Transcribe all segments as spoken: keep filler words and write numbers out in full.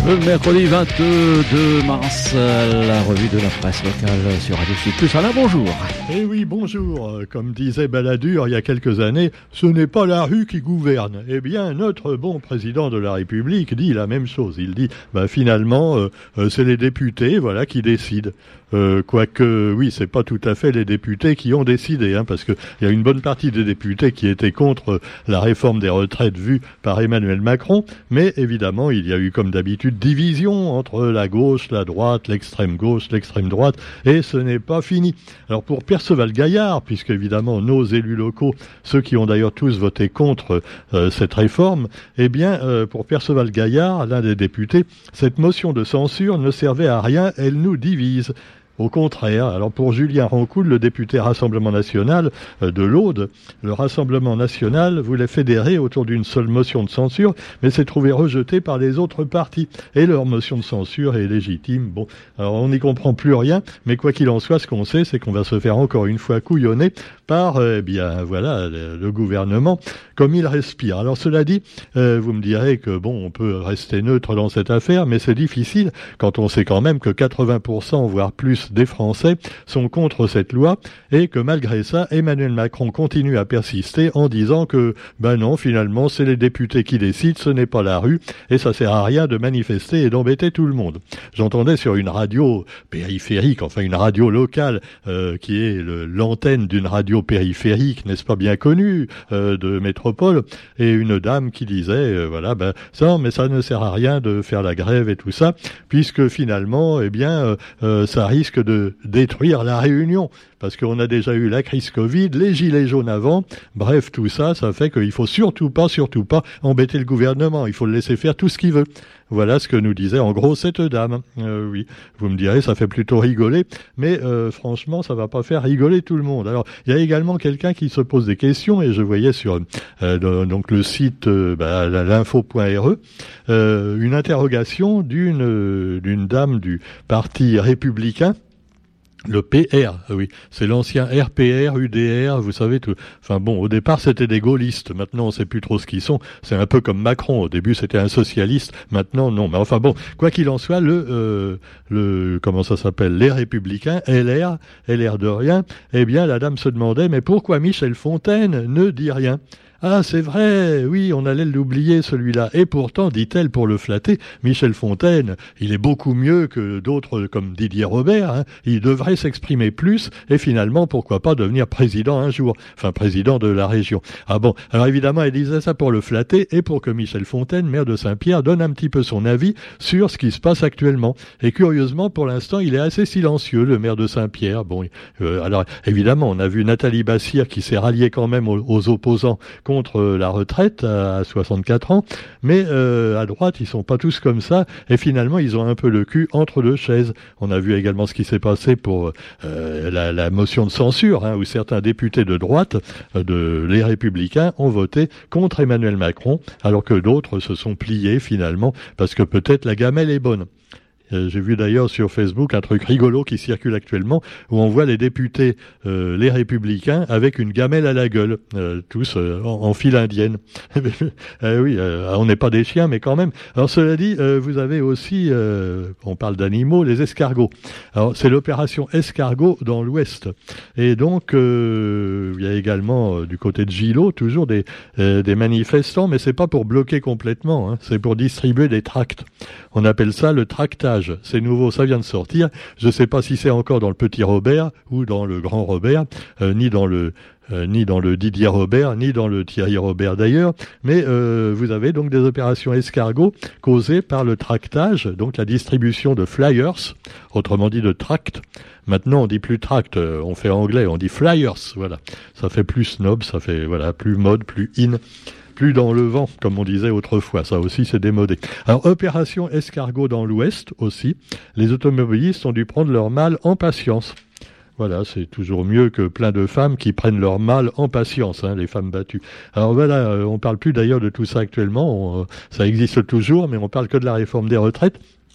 Le mercredi vingt-deux mars, la revue de la presse locale sur Radio Sud Plus. Alain, bonjour. Eh oui, bonjour. Comme disait Balladur il y a quelques années, ce n'est pas la rue qui gouverne. Eh bien, notre bon président de la République dit la même chose. Il dit, bah, finalement, euh, euh, c'est les députés, voilà, qui décident. Euh, quoique, oui, c'est pas tout à fait les députés qui ont décidé, hein, parce que il y a une bonne partie des députés qui étaient contre la réforme des retraites vue par Emmanuel Macron, mais évidemment, il y a eu comme d'habitude division entre la gauche, la droite, l'extrême gauche, l'extrême droite, et ce n'est pas fini. Alors pour Perceval Gaillard, puisque évidemment nos élus locaux, ceux qui ont d'ailleurs tous voté contre euh, cette réforme, eh bien, euh, pour Perceval Gaillard, l'un des députés, cette motion de censure ne servait à rien, elle nous divise. Au contraire, alors pour Julien Rancoul, le député Rassemblement National euh, de l'Aude, le Rassemblement National voulait fédérer autour d'une seule motion de censure, mais s'est trouvé rejeté par les autres partis. Et leur motion de censure est légitime. Bon, alors on n'y comprend plus rien, mais quoi qu'il en soit, ce qu'on sait, c'est qu'on va se faire encore une fois couillonner par, euh, eh bien, voilà, le, le gouvernement, comme il respire. Alors cela dit, euh, vous me direz que bon, on peut rester neutre dans cette affaire, mais c'est difficile quand on sait quand même que quatre-vingts pour cent, voire plus, des Français sont contre cette loi et que malgré ça, Emmanuel Macron continue à persister en disant que, ben non, finalement, c'est les députés qui décident, ce n'est pas la rue et ça sert à rien de manifester et d'embêter tout le monde. J'entendais sur une radio périphérique, enfin une radio locale, euh, qui est le, l'antenne d'une radio périphérique, n'est-ce pas bien connue, euh, de métropole, et une dame qui disait, euh, voilà, ben ça, mais ça ne sert à rien de faire la grève et tout ça, puisque finalement, eh bien, euh, euh, ça risque de détruire la Réunion, parce qu'on a déjà eu la crise Covid, les gilets jaunes avant, bref, tout ça, ça fait qu'il faut surtout pas, surtout pas embêter le gouvernement, il faut le laisser faire tout ce qu'il veut. Voilà ce que nous disait en gros cette dame. Euh, oui, vous me direz, ça fait plutôt rigoler, mais euh, franchement, ça va pas faire rigoler tout le monde. Alors, il y a également quelqu'un qui se pose des questions, et je voyais sur euh, donc le site euh, bah, l'info point r e euh, une interrogation d'une euh, d'une dame du Parti républicain. Le P R, oui, c'est l'ancien R P R, U D R, vous savez tout. Enfin bon, au départ c'était des gaullistes, maintenant on sait plus trop ce qu'ils sont. C'est un peu comme Macron, au début c'était un socialiste, maintenant non. Mais enfin bon, quoi qu'il en soit, le, euh, le, comment ça s'appelle, les Républicains, L R, L R de rien. Eh bien, la dame se demandait, mais pourquoi Michel Fontaine ne dit rien? Ah, c'est vrai, oui, on allait l'oublier celui-là. Et pourtant, dit-elle pour le flatter, Michel Fontaine, il est beaucoup mieux que d'autres comme Didier Robert, hein. Il devrait s'exprimer plus et finalement, pourquoi pas devenir président un jour, enfin président de la région. Ah bon, alors évidemment, elle disait ça pour le flatter et pour que Michel Fontaine, maire de Saint-Pierre, donne un petit peu son avis sur ce qui se passe actuellement. Et curieusement, pour l'instant, il est assez silencieux, le maire de Saint-Pierre. Bon, euh, alors évidemment, on a vu Nathalie Bassire qui s'est ralliée quand même aux, aux opposants contre la retraite à soixante-quatre ans, mais euh, à droite, ils sont pas tous comme ça, et finalement, ils ont un peu le cul entre deux chaises. On a vu également ce qui s'est passé pour euh, la, la motion de censure, hein, où certains députés de droite, euh, de les Républicains, ont voté contre Emmanuel Macron, alors que d'autres se sont pliés finalement, parce que peut-être la gamelle est bonne. Euh, j'ai vu d'ailleurs sur Facebook un truc rigolo qui circule actuellement où on voit les députés, euh, les Républicains, avec une gamelle à la gueule, euh, tous euh, en, en file indienne. euh, oui, euh, on n'est pas des chiens, mais quand même. Alors cela dit, euh, vous avez aussi, euh, on parle d'animaux, les escargots. Alors c'est l'opération escargot dans l'Ouest. Et donc euh, il y a également euh, du côté de Gillot toujours des, euh, des manifestants, mais c'est pas pour bloquer complètement, hein, c'est pour distribuer des tracts. On appelle ça le tractage. C'est nouveau, ça vient de sortir. Je ne sais pas si c'est encore dans le petit Robert ou dans le grand Robert, euh, ni dans le euh, ni dans le Didier Robert, ni dans le Thierry Robert d'ailleurs. Mais euh, vous avez donc des opérations escargots causées par le tractage, donc la distribution de flyers, autrement dit de tracts. Maintenant, on dit plus tract, on fait anglais, on dit flyers. Voilà, ça fait plus snob, ça fait voilà plus mode, plus in. Plus dans le vent, comme on disait autrefois. Ça aussi, c'est démodé. Alors, opération escargot dans l'Ouest aussi. Les automobilistes ont dû prendre leur mal en patience. Voilà, c'est toujours mieux que plein de femmes qui prennent leur mal en patience, hein, les femmes battues. Alors voilà, euh, on parle plus d'ailleurs de tout ça actuellement. On, euh, ça existe toujours, mais on parle que de la réforme des retraites.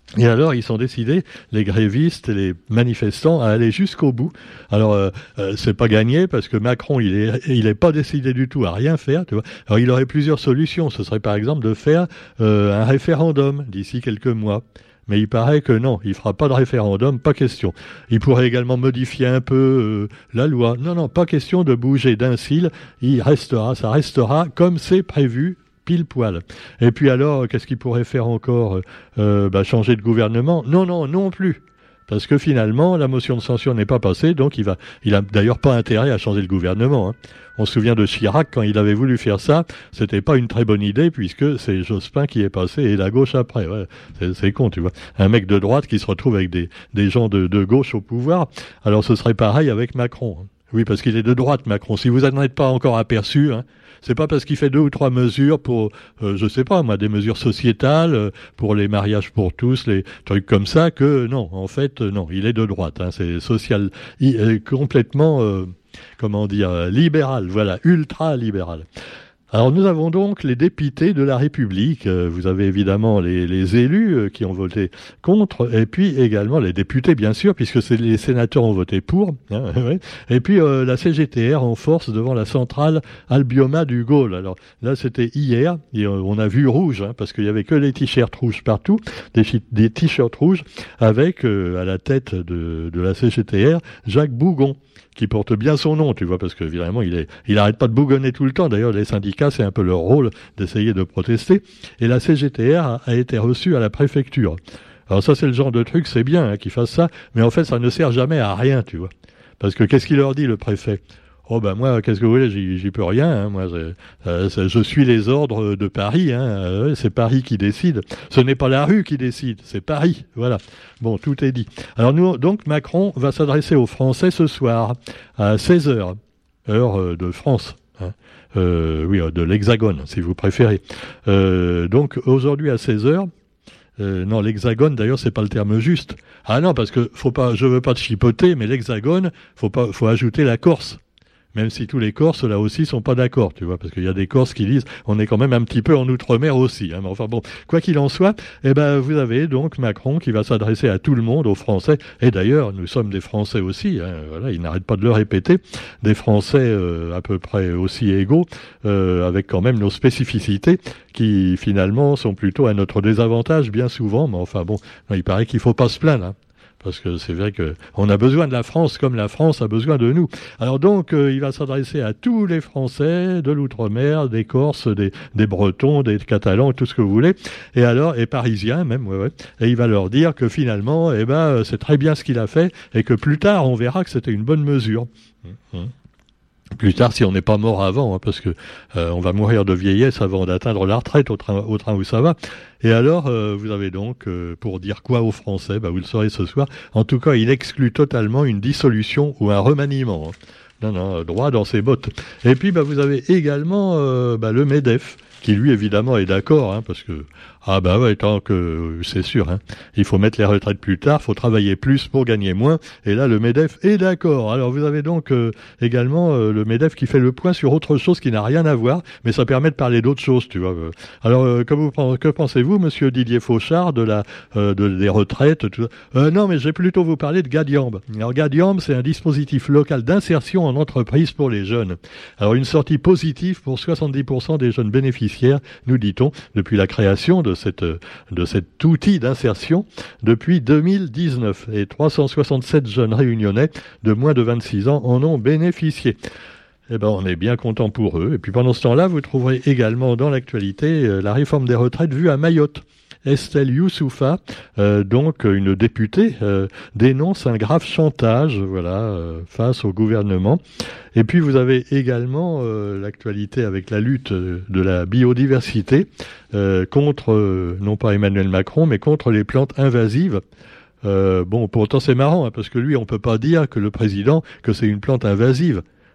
Et alors, ils sont décidés, les grévistes et les manifestants, à aller jusqu'au bout. Alors, euh, euh, c'est pas gagné parce que Macron, il est, il est pas décidé du tout à rien faire. Tu vois. Alors, il aurait plusieurs solutions. Ce serait par exemple de faire euh, un référendum d'ici quelques mois. Mais il paraît que non, il fera pas de référendum, pas question. Il pourrait également modifier un peu euh, la loi. Non, non, pas question de bouger d'un cil. Il restera, ça restera comme c'est prévu. Pile poil. Et puis alors, qu'est-ce qu'il pourrait faire encore euh, bah, changer de gouvernement? Non, non, non plus. Parce que finalement, la motion de censure n'est pas passée, donc il va, il a d'ailleurs pas intérêt à changer le gouvernement. Hein. On se souvient de Chirac, quand il avait voulu faire ça, c'était pas une très bonne idée, puisque c'est Jospin qui est passé et la gauche après. Ouais, c'est, c'est con, tu vois. Un mec de droite qui se retrouve avec des, des gens de, de gauche au pouvoir. Alors ce serait pareil avec Macron. Hein. Oui, parce qu'il est de droite, Macron. Si vous n'en êtes pas encore aperçu, hein, c'est pas parce qu'il fait deux ou trois mesures pour, euh, je sais pas moi, des mesures sociétales, euh, pour les mariages pour tous, les trucs comme ça, que non, en fait, euh, non, il est de droite. Hein, c'est social, il est complètement, euh, comment dire, libéral, voilà, ultra libéral. Alors nous avons donc les députés de la République, euh, vous avez évidemment les, les élus euh, qui ont voté contre, et puis également les députés bien sûr, puisque c'est, les sénateurs ont voté pour, hein, ouais. Et puis euh, la C G T R en force devant la centrale Albioma du Gaulle. Alors là c'était hier, et euh, on a vu rouge, hein, parce qu'il y avait que les t-shirts rouges partout, des, des t-shirts rouges, avec euh, à la tête de, de la C G T R, Jacques Bougon, qui porte bien son nom, tu vois, parce que évidemment il est, il arrête pas de bougonner tout le temps. D'ailleurs, les syndicats, c'est un peu leur rôle d'essayer de protester. Et la C G T R a, a été reçue à la préfecture. Alors ça, c'est le genre de truc, c'est bien hein, qu'ils fassent ça, mais en fait, ça ne sert jamais à rien, tu vois. Parce que qu'est-ce qu'il leur dit, le préfet? Oh ben moi, qu'est-ce que vous voulez, j'y, j'y peux rien. Hein, moi, euh, je suis les ordres de Paris. Hein, euh, c'est Paris qui décide. Ce n'est pas la rue qui décide, c'est Paris. Voilà. Bon, tout est dit. Alors nous, donc Macron va s'adresser aux Français ce soir à seize heures, heure de France. Hein, euh, oui, de l'Hexagone, si vous préférez. Euh, donc aujourd'hui à seize heures. Euh, non, l'Hexagone, d'ailleurs, c'est pas le terme juste. Ah non, parce que faut pas, je veux pas te chipoter, mais l'Hexagone, faut pas, faut ajouter la Corse. Même si tous les Corses, là aussi, sont pas d'accord, tu vois, parce qu'il y a des Corses qui disent, on est quand même un petit peu en Outre-mer aussi, hein, mais enfin bon, quoi qu'il en soit, eh ben, vous avez donc Macron qui va s'adresser à tout le monde, aux Français, et d'ailleurs, nous sommes des Français aussi, hein, voilà, il n'arrête pas de le répéter, des Français euh, à peu près aussi égaux, euh, avec quand même nos spécificités, qui finalement sont plutôt à notre désavantage bien souvent, mais enfin bon, il paraît qu'il faut pas se plaindre, hein. Parce que c'est vrai que on a besoin de la France comme la France a besoin de nous. Alors donc, euh, il va s'adresser à tous les Français de l'Outre-mer, des Corses, des, des Bretons, des Catalans, tout ce que vous voulez. Et alors, et Parisiens même, ouais, ouais. Et il va leur dire que finalement, eh ben, c'est très bien ce qu'il a fait et que plus tard, on verra que c'était une bonne mesure. Mmh. Plus tard, si on n'est pas mort avant, hein, parce que euh, on va mourir de vieillesse avant d'atteindre la retraite au train, au train où ça va. Et alors, euh, vous avez donc, euh, pour dire quoi aux Français, bah, vous le saurez ce soir, en tout cas, il exclut totalement une dissolution ou un remaniement. Hein. Non, non, droit dans ses bottes. Et puis, bah, vous avez également euh, bah, le MEDEF, qui lui, évidemment, est d'accord, hein, parce que, ah bah ouais, tant que, c'est sûr, hein, il faut mettre les retraites plus tard, faut travailler plus pour gagner moins, et là, le MEDEF est d'accord. Alors, vous avez donc euh, également euh, le MEDEF qui fait le point sur autre chose qui n'a rien à voir, mais ça permet de parler d'autre chose, tu vois. Alors, euh, que, vous, que pensez-vous, monsieur Didier Fauchard, de la, euh, de, des retraites, tout ça euh, Non, mais je vais plutôt vous parler de Gadiamb. Alors, Gadiamb, c'est un dispositif local d'insertion en entreprise pour les jeunes. Alors, une sortie positive pour soixante-dix pour cent des jeunes bénéficiaires, nous dit-on, depuis la création de cette, de cet outil d'insertion depuis deux mille dix-neuf. Et trois cent soixante-sept jeunes réunionnais de moins de vingt-six ans en ont bénéficié. Eh ben, on est bien content pour eux. Et puis pendant ce temps-là, vous trouverez également dans l'actualité euh, la réforme des retraites vue à Mayotte. Estelle Youssoufa, euh, donc une députée, euh, dénonce un grave chantage, voilà, euh, face au gouvernement. Et puis vous avez également euh, l'actualité avec la lutte de la biodiversité euh, contre, euh, non pas Emmanuel Macron, mais contre les plantes invasives. Euh, bon, pourtant c'est marrant, hein, parce que lui, on peut pas dire que le président, que c'est une plante invasive.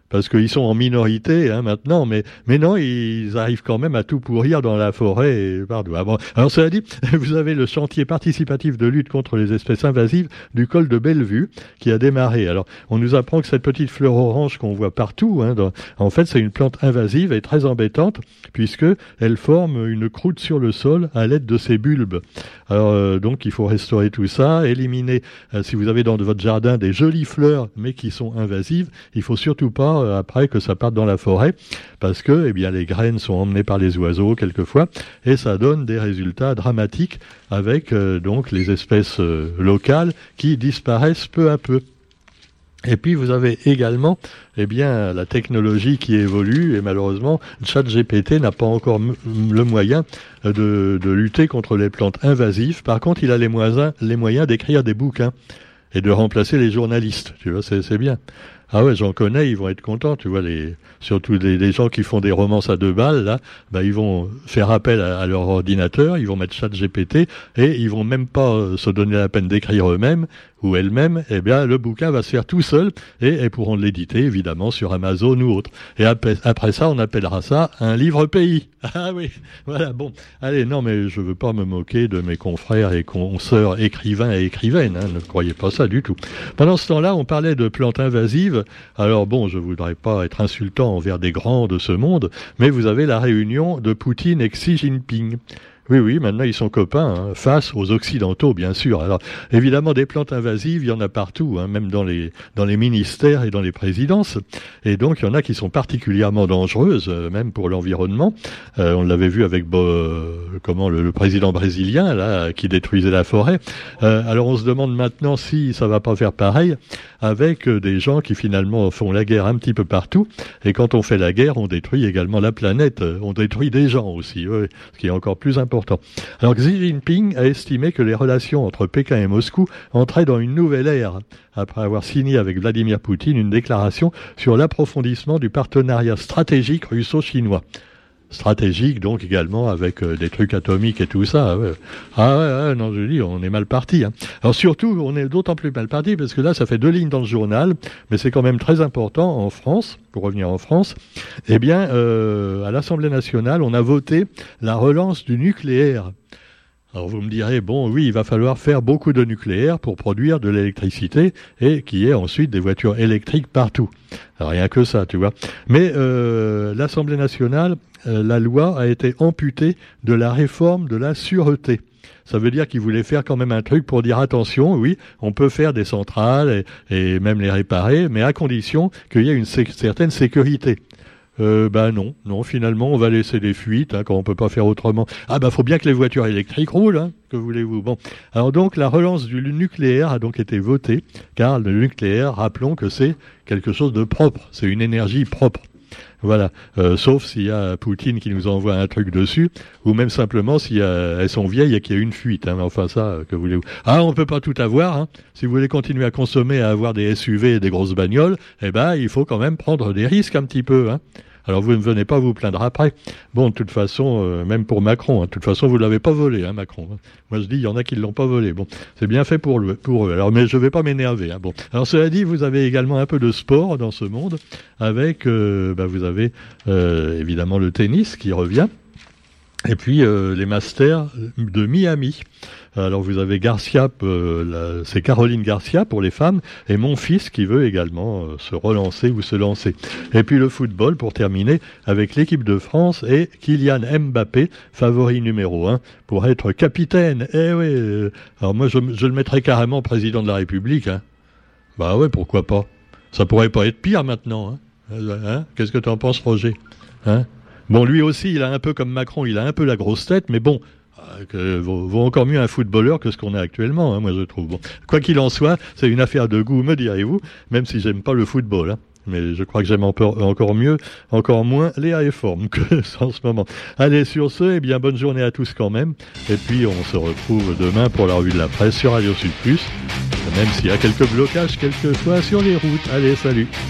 parce qu'ils sont en minorité hein, maintenant, mais, mais non, ils arrivent quand même à tout pourrir dans la forêt. Et, pardon. Ah bon. Alors cela dit, vous avez le chantier participatif de lutte contre les espèces invasives du col de Bellevue qui a démarré. Alors on nous apprend que cette petite fleur orange qu'on voit partout, hein, dans, en fait c'est une plante invasive et très embêtante puisque elle forme une croûte sur le sol à l'aide de ses bulbes. Alors euh, donc il faut restaurer tout ça, éliminer, euh, si vous avez dans votre jardin des jolies fleurs mais qui sont invasives, il faut surtout pas euh, après que ça parte dans la forêt parce que eh bien les graines sont emmenées par les oiseaux quelquefois et ça donne des résultats dramatiques avec euh, donc les espèces euh, locales qui disparaissent peu à peu. Et puis vous avez également eh bien la technologie qui évolue et malheureusement ChatGPT n'a pas encore m- le moyen de, de lutter contre les plantes invasives. Par contre, il a les moyens, les moyens d'écrire des bouquins et de remplacer les journalistes. Tu vois, c'est, c'est bien. Ah ouais, j'en connais, ils vont être contents, tu vois, les, surtout les, les gens qui font des romances à deux balles, là, bah, ils vont faire appel à, à leur ordinateur, ils vont mettre ChatGPT, et ils vont même pas euh, se donner la peine d'écrire eux-mêmes, ou elles-mêmes, eh bien, le bouquin va se faire tout seul, et elles pourront l'éditer, évidemment, sur Amazon ou autre. Et après, après ça, on appellera ça un livre-pays. Ah oui, voilà, bon. Allez, non, mais je veux pas me moquer de mes confrères et consoeurs écrivains et écrivaines, hein, ne croyez pas ça du tout. Pendant ce temps-là, on parlait de plantes invasives. Alors bon, je voudrais pas être insultant envers des grands de ce monde, mais vous avez la réunion de Poutine et Xi Jinping. Oui, oui, maintenant ils sont copains, hein, face aux Occidentaux, bien sûr. Alors, évidemment, des plantes invasives, il y en a partout, hein, même dans les dans les ministères et dans les présidences. Et donc, il y en a qui sont particulièrement dangereuses, euh, même pour l'environnement. Euh, on l'avait vu avec euh, comment le, le président brésilien, là, qui détruisait la forêt. Euh, alors, on se demande maintenant si ça va pas faire pareil avec euh, des gens qui finalement font la guerre un petit peu partout. Et quand on fait la guerre, on détruit également la planète. On détruit des gens aussi, oui, ce qui est encore plus important. Alors Xi Jinping a estimé que les relations entre Pékin et Moscou entraient dans une nouvelle ère, après avoir signé avec Vladimir Poutine une déclaration sur l'approfondissement du partenariat stratégique russo-chinois. Stratégique, donc également avec euh, des trucs atomiques et tout ça. Ouais. Ah ouais, ouais, non, je dis, on est mal parti. Hein. Alors surtout, on est d'autant plus mal parti parce que là, ça fait deux lignes dans le journal, mais c'est quand même très important en France, pour revenir en France. Eh bien, euh, à l'Assemblée nationale, on a voté la relance du nucléaire. Alors vous me direz, bon oui, il va falloir faire beaucoup de nucléaire pour produire de l'électricité et qu'il y ait ensuite des voitures électriques partout. Alors rien que ça, tu vois. Mais euh, l'Assemblée nationale, euh, la loi a été amputée de la réforme de la sûreté. Ça veut dire qu'ils voulaient faire quand même un truc pour dire attention, oui, on peut faire des centrales et, et même les réparer, mais à condition qu'il y ait une sé- certaine sécurité. Euh, ben non, non, finalement, on va laisser des fuites, hein, quand on peut pas faire autrement. Ah ben, faut bien que les voitures électriques roulent, hein, que voulez-vous. Bon, alors donc, la relance du nucléaire a donc été votée, car le nucléaire, rappelons que c'est quelque chose de propre, c'est une énergie propre. Voilà, euh, sauf s'il y a Poutine qui nous envoie un truc dessus, ou même simplement si euh, elles sont vieilles et qu'il y a une fuite. Hein, enfin ça, euh, que voulez-vous. Ah, on peut pas tout avoir. Hein. Si vous voulez continuer à consommer, à avoir des S U V et des grosses bagnoles, eh ben il faut quand même prendre des risques un petit peu. Hein. Alors vous ne venez pas vous plaindre après. Bon, de toute façon, euh, même pour Macron, hein, de toute façon, vous l'avez pas volé, hein, Macron. Hein. Moi, je dis, il y en a qui l'ont pas volé. Bon, c'est bien fait pour, le, pour eux. Alors, mais je vais pas m'énerver. Hein. Bon, alors cela dit, vous avez également un peu de sport dans ce monde, avec, euh, bah, vous avez euh, évidemment le tennis qui revient, et puis euh, les Masters de Miami. Alors vous avez Garcia, euh, la, c'est Caroline Garcia pour les femmes, et mon fils qui veut également euh, se relancer ou se lancer. Et puis le football pour terminer avec l'équipe de France et Kylian Mbappé, favori numéro un, pour être capitaine. Eh oui, euh, alors moi je, je le mettrais carrément président de la République. Hein. Bah ouais, pourquoi pas. Ça pourrait pas être pire maintenant. Hein. Hein Qu'est-ce que tu en penses, Roger? Hein Bon, lui aussi, il a un peu comme Macron, il a un peu la grosse tête, mais bon, que vaut, vaut encore mieux un footballeur que ce qu'on a actuellement, hein, moi je trouve. Bon, quoi qu'il en soit, c'est une affaire de goût, me direz-vous, même si j'aime pas le football. Hein. Mais je crois que j'aime encore mieux, encore moins les réformes que en ce moment. Allez, sur ce, eh bien, bonne journée à tous quand même. Et puis, on se retrouve demain pour la revue de la presse sur Radio Sud Plus, même s'il y a quelques blocages quelquefois sur les routes. Allez, salut!